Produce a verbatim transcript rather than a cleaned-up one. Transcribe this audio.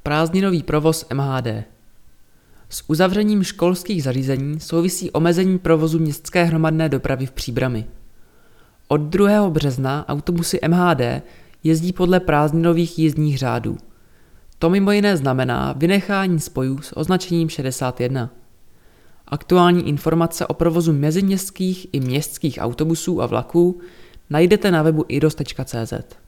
Prázdninový provoz M H D. S uzavřením školských zařízení souvisí omezení provozu městské hromadné dopravy v Příbrami. Od druhého března autobusy M H D jezdí podle prázdninových jízdních řádů. To mimo jiné znamená vynechání spojů s označením šedesát jedna. Aktuální informace o provozu meziměstských i městských autobusů a vlaků najdete na webu idos tečka cé zet.